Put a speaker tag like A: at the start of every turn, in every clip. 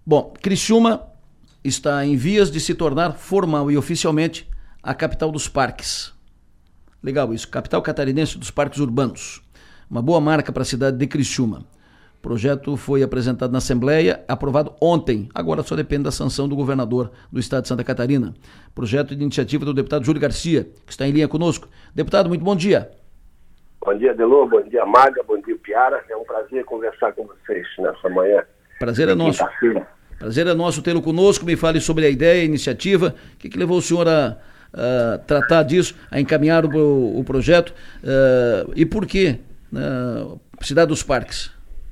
A: Bom, Criciúma está em vias de se tornar formal e oficialmente a capital dos parques. Legal isso, capital catarinense dos parques urbanos. Uma boa marca para a cidade de Criciúma. O projeto foi apresentado na Assembleia, aprovado ontem. Agora só depende da sanção do governador do estado de Santa Catarina. Projeto de iniciativa do deputado Júlio Garcia, que está em linha conosco. Deputado, muito bom dia.
B: Bom dia, Adelor. Bom dia, Maga. Bom dia, Piara. É um prazer conversar com vocês nessa manhã.
A: Prazer é nosso. Prazer é nosso tê-lo conosco. Me fale sobre a ideia, a iniciativa. O que levou o senhor a tratar disso, a encaminhar o projeto e por que Cidade dos Parques?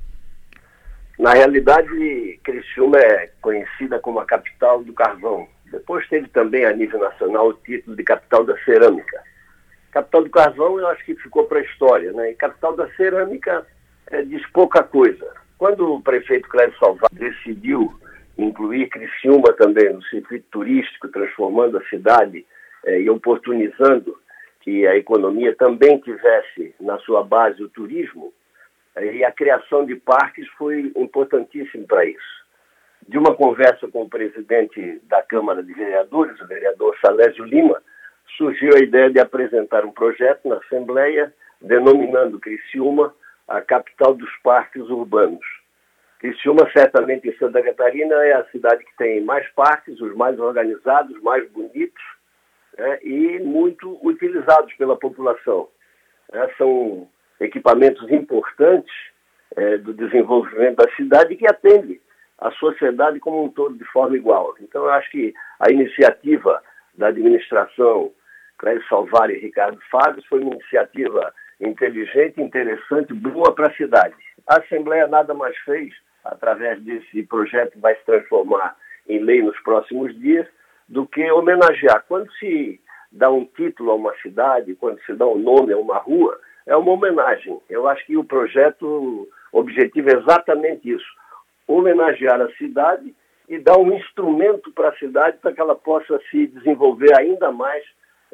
B: Na realidade, Criciúma é conhecida como a capital do carvão. Depois teve também, a nível nacional, o título de capital da cerâmica. Capital do carvão, eu acho que ficou para a história, né? E capital da cerâmica diz pouca coisa. Quando o prefeito Clédio Salvador decidiu incluir Criciúma também no circuito turístico, transformando a cidade e oportunizando que a economia também tivesse na sua base o turismo, e a criação de parques foi importantíssimo para isso. De uma conversa com o presidente da Câmara de Vereadores, o vereador Salésio Lima, surgiu a ideia de apresentar um projeto na Assembleia, denominando Criciúma a capital dos parques urbanos. Criciúma, certamente em Santa Catarina, é a cidade que tem mais parques, os mais organizados, mais bonitos, e muito utilizados pela população. São equipamentos importantes do desenvolvimento da cidade que atendem a sociedade como um todo de forma igual. Então, eu acho que a iniciativa da administração Clédio Salvador e Ricardo Fábio foi uma iniciativa inteligente, interessante, boa para a cidade. A Assembleia nada mais fez, através desse projeto que vai se transformar em lei nos próximos dias, do que homenagear. Quando se dá um título a uma cidade, quando se dá um nome a uma rua, é uma homenagem. Eu acho que o projeto, o objetivo é exatamente isso, homenagear a cidade e dar um instrumento para a cidade para que ela possa se desenvolver ainda mais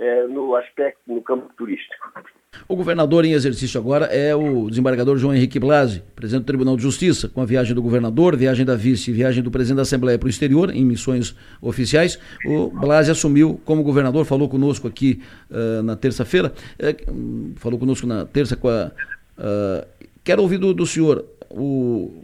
B: no campo turístico.
A: O governador em exercício agora é o desembargador João Henrique Blasi, presidente do Tribunal de Justiça, com a viagem do governador, viagem da vice e viagem do presidente da Assembleia para o exterior, em missões oficiais. O Blasi assumiu como governador, falou conosco aqui na terça-feira, falou conosco na terça com a... quero ouvir do senhor, o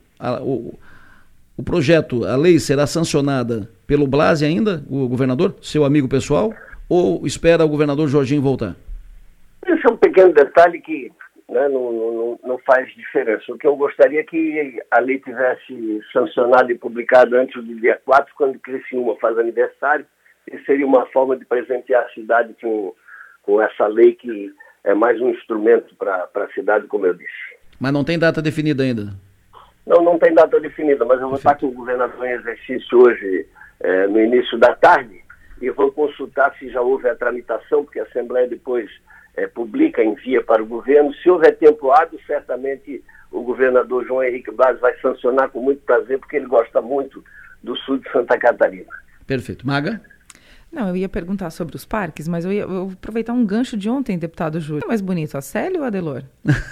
A: projeto, a lei será sancionada pelo Blasi ainda, o governador, seu amigo pessoal, ou espera o governador Jorginho voltar?
B: Esse é um pequeno detalhe que não faz diferença. O que eu gostaria é que a lei tivesse sancionada e publicada antes do dia 4, quando Criciúma faz aniversário, e seria uma forma de presentear a cidade com essa lei que é mais um instrumento para a cidade, como eu disse.
A: Mas não tem data definida ainda?
B: Não tem data definida, mas eu vou estar com o governador em exercício hoje, no início da tarde, e vou consultar se já houve a tramitação, porque a Assembleia depois publica, envia para o governo. Se houver tempo hábil, certamente o governador João Henrique Blasi vai sancionar com muito prazer, porque ele gosta muito do sul de Santa Catarina.
A: Perfeito. Maga?
C: Não, eu ia perguntar sobre os parques, mas eu vou aproveitar um gancho de ontem, deputado Júlio. É mais bonito, a Célia ou a Adelor?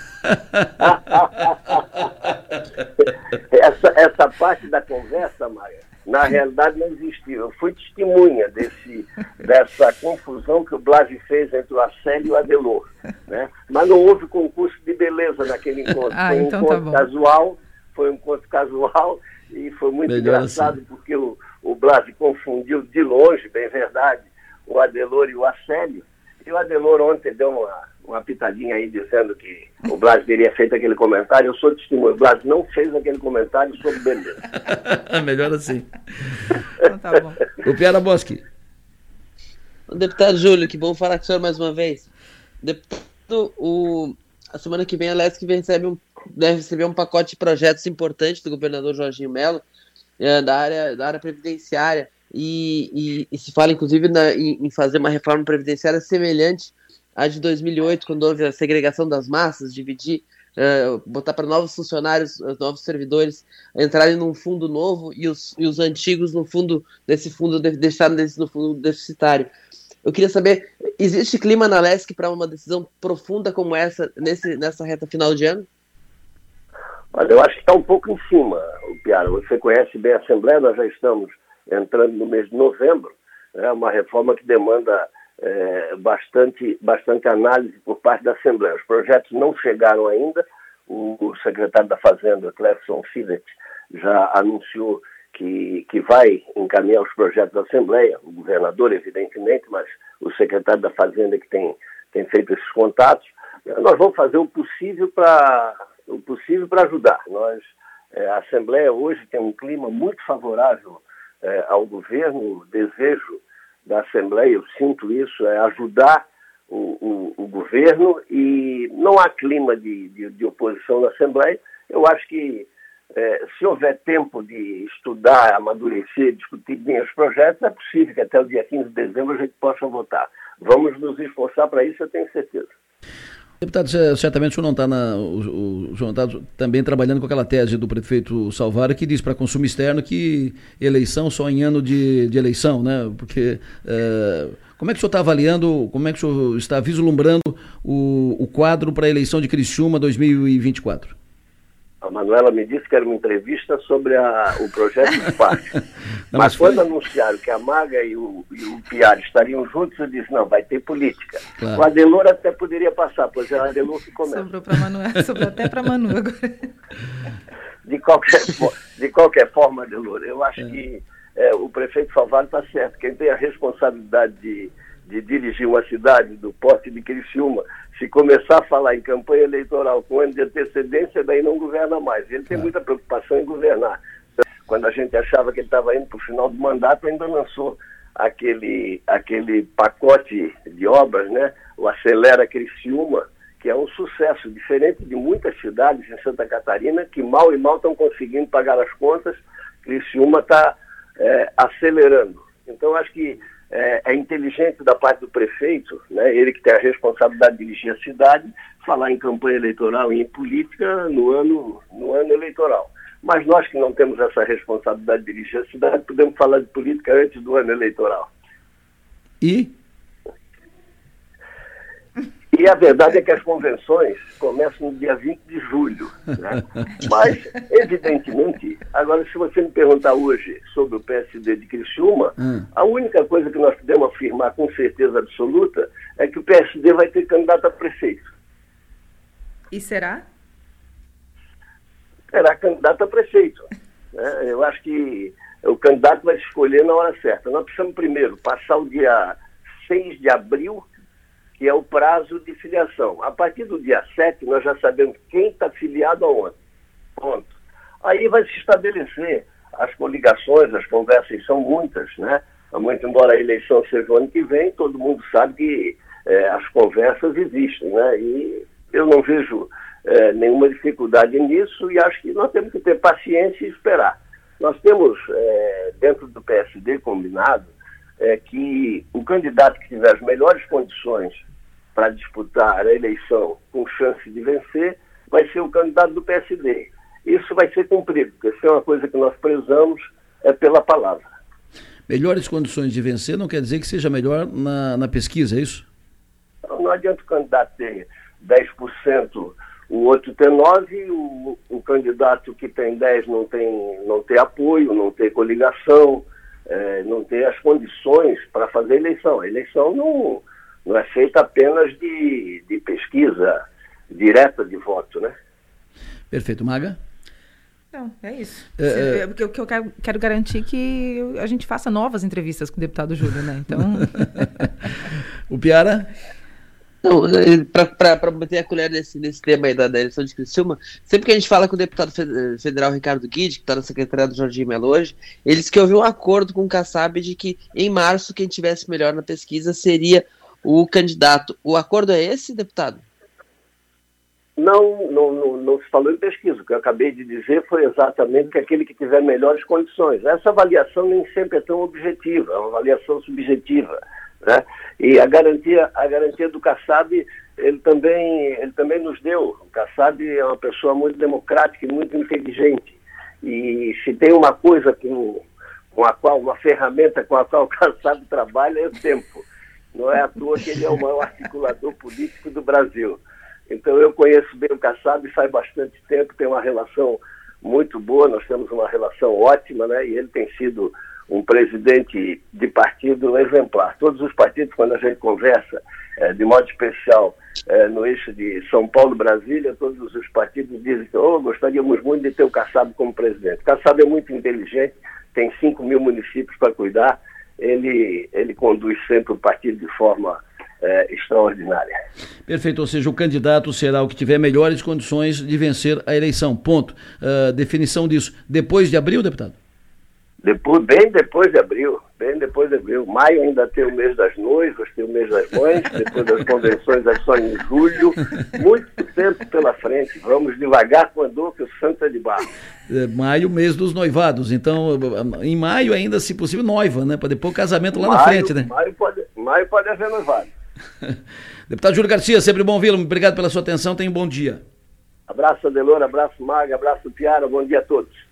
B: Essa parte da conversa, Maia, na realidade não existiu. Eu fui testemunha dessa confusão que o Blasi fez entre o Acélio e o Adelor, né? Mas não houve concurso de beleza naquele encontro. Foi um encontro casual e foi muito engraçado, assim, porque o Blasi confundiu de longe, bem verdade, o Adelor e o Acélio. E o Adelor ontem deu uma pitadinha aí dizendo que o Blasi teria feito aquele comentário. Eu sou testemunho, o Blasi não fez aquele comentário sobre beleza.
A: Melhor assim.
C: Então tá bom.
A: O Piara Boschi.
D: Deputado Júlio, que bom falar com o senhor mais uma vez. Deputado, a semana que vem a LESC deve receber um pacote de projetos importantes do governador Jorginho Mello, da área previdenciária, e se fala inclusive em fazer uma reforma previdenciária semelhante à de 2008, quando houve a segregação das massas, dividir, botar para novos funcionários, novos servidores entrarem num fundo novo e os antigos no fundo deixaram no fundo deficitário. Eu queria saber, existe clima na LESC para uma decisão profunda como essa nessa reta final de ano?
B: Olha, eu acho que está um pouco em cima. Piara, você conhece bem a Assembleia, nós já estamos entrando no mês de novembro, é uma reforma que demanda bastante análise por parte da Assembleia. Os projetos não chegaram ainda, o secretário da Fazenda, Clefson Fidet, já anunciou que vai encaminhar os projetos da Assembleia, o governador, evidentemente, mas o secretário da Fazenda que tem feito esses contatos. Nós vamos fazer o possível para ajudar. A Assembleia hoje tem um clima muito favorável ao governo. O desejo da Assembleia, eu sinto isso, é ajudar o governo, e não há clima de oposição na Assembleia. Eu acho que se houver tempo de estudar, amadurecer, discutir bem os projetos, é possível que até o dia 15 de dezembro a gente possa votar. Vamos nos esforçar para isso, eu tenho certeza.
A: Deputado, certamente o senhor não está o senhor não está também trabalhando com aquela tese do prefeito Salvaro, que diz para consumo externo que eleição só em ano de eleição, né? Porque como é que o senhor está avaliando, como é que o senhor está vislumbrando o quadro para a eleição de Criciúma 2024?
B: A Manuela me disse que era uma entrevista sobre o projeto do parque. Mas quando anunciaram que a Maga e o Piara estariam juntos, eu disse, não, vai ter política. Claro. O Adelor até poderia passar, pois é o Adelor que começa.
C: Sobrou para Manuela, sobrou até para Manu agora.
B: De qualquer forma, Adelor, eu acho que o prefeito Salvaro está certo. Quem tem a responsabilidade de dirigir uma cidade do porte de Criciúma, se começar a falar em campanha eleitoral com ano de antecedência, daí não governa mais. Ele tem muita preocupação em governar. Quando a gente achava que ele estava indo para o final do mandato, ainda lançou aquele pacote de obras, né? O Acelera Criciúma, que é um sucesso, diferente de muitas cidades em Santa Catarina, que mal e mal estão conseguindo pagar as contas. Criciúma está acelerando. Então, acho que é inteligente da parte do prefeito, né, ele que tem a responsabilidade de dirigir a cidade, falar em campanha eleitoral e em política no ano eleitoral. Mas nós que não temos essa responsabilidade de dirigir a cidade, podemos falar de política antes do ano eleitoral. E a verdade é que as convenções começam no dia 20 de julho. Né? Mas, evidentemente, agora se você me perguntar hoje sobre o PSD de Criciúma, a única coisa que nós podemos afirmar com certeza absoluta é que o PSD vai ter candidato a prefeito.
C: E será?
B: Será candidato a prefeito. Né? Eu acho que o candidato vai se escolher na hora certa. Nós precisamos primeiro passar o dia 6 de abril, que é o prazo de filiação. A partir do dia 7, nós já sabemos quem está filiado aonde. Ponto. Aí vai se estabelecer as coligações, as conversas são muitas, né? Muito embora a eleição seja o ano que vem, todo mundo sabe que as conversas existem, né? E eu não vejo nenhuma dificuldade nisso, e acho que nós temos que ter paciência e esperar. Nós temos, dentro do PSD, combinado, que o candidato que tiver as melhores condições para disputar a eleição com chance de vencer vai ser o candidato do PSD. Isso vai ser cumprido, porque se é uma coisa que nós prezamos, é pela palavra.
A: Melhores condições de vencer não quer dizer que seja melhor na pesquisa, é isso?
B: Não adianta o candidato ter 10%, o outro ter 9%, o candidato que tem 10% não tem apoio, não tem coligação, não tem as condições para fazer eleição. A eleição não é feita apenas de pesquisa direta de voto, né?
A: Perfeito. Maga?
C: Não, é isso. Porque eu quero garantir que a gente faça novas entrevistas com o deputado Júlio, né? Então...
A: O Piara?
D: Não, para meter a colher nesse tema aí da eleição de Criciúma, sempre que a gente fala com o deputado federal Ricardo Guide, que está na secretaria do Jorginho Melo hoje, ele disse que houve um acordo com o Kassab de que em março quem tivesse melhor na pesquisa seria o candidato. O acordo é esse, deputado?
B: Não se falou em pesquisa. O que eu acabei de dizer foi exatamente que aquele que tiver melhores condições. Essa avaliação nem sempre é tão objetiva, é uma avaliação subjetiva. Né? E a garantia do Kassab, ele também nos deu. O Kassab é uma pessoa muito democrática e muito inteligente. E se tem uma coisa uma ferramenta com a qual o Kassab trabalha, é o tempo. Não é à toa que ele é o maior articulador político do Brasil. Então eu conheço bem o Kassab, faz bastante tempo, tenho uma relação muito boa, nós temos uma relação ótima, né? E ele tem sido um presidente de partido exemplar. Todos os partidos, quando a gente conversa, de modo especial, no eixo de São Paulo-Brasília, todos os partidos dizem que gostaríamos muito de ter o Kassab como presidente. O Kassab é muito inteligente, tem 5 mil municípios para cuidar, ele conduz sempre o partido de forma extraordinária.
A: Perfeito, ou seja, o candidato será o que tiver melhores condições de vencer a eleição, ponto. Definição disso, depois de abril, deputado?
B: Bem depois de abril. Maio ainda tem o mês das noivas, tem o mês das mães, depois das convenções é só em julho. Muito tempo pela frente. Vamos devagar com a dor, que o santo é de barro.
A: Maio, mês dos noivados. Então, em maio ainda, se possível, noiva, né? Para depois o casamento lá na frente, né?
B: Maio pode haver noivado.
A: Deputado Júlio Garcia, sempre bom vê-lo. Obrigado pela sua atenção. Tenha um bom dia.
B: Abraço, Adelor, abraço, Maga, abraço, Piara. Bom dia a todos.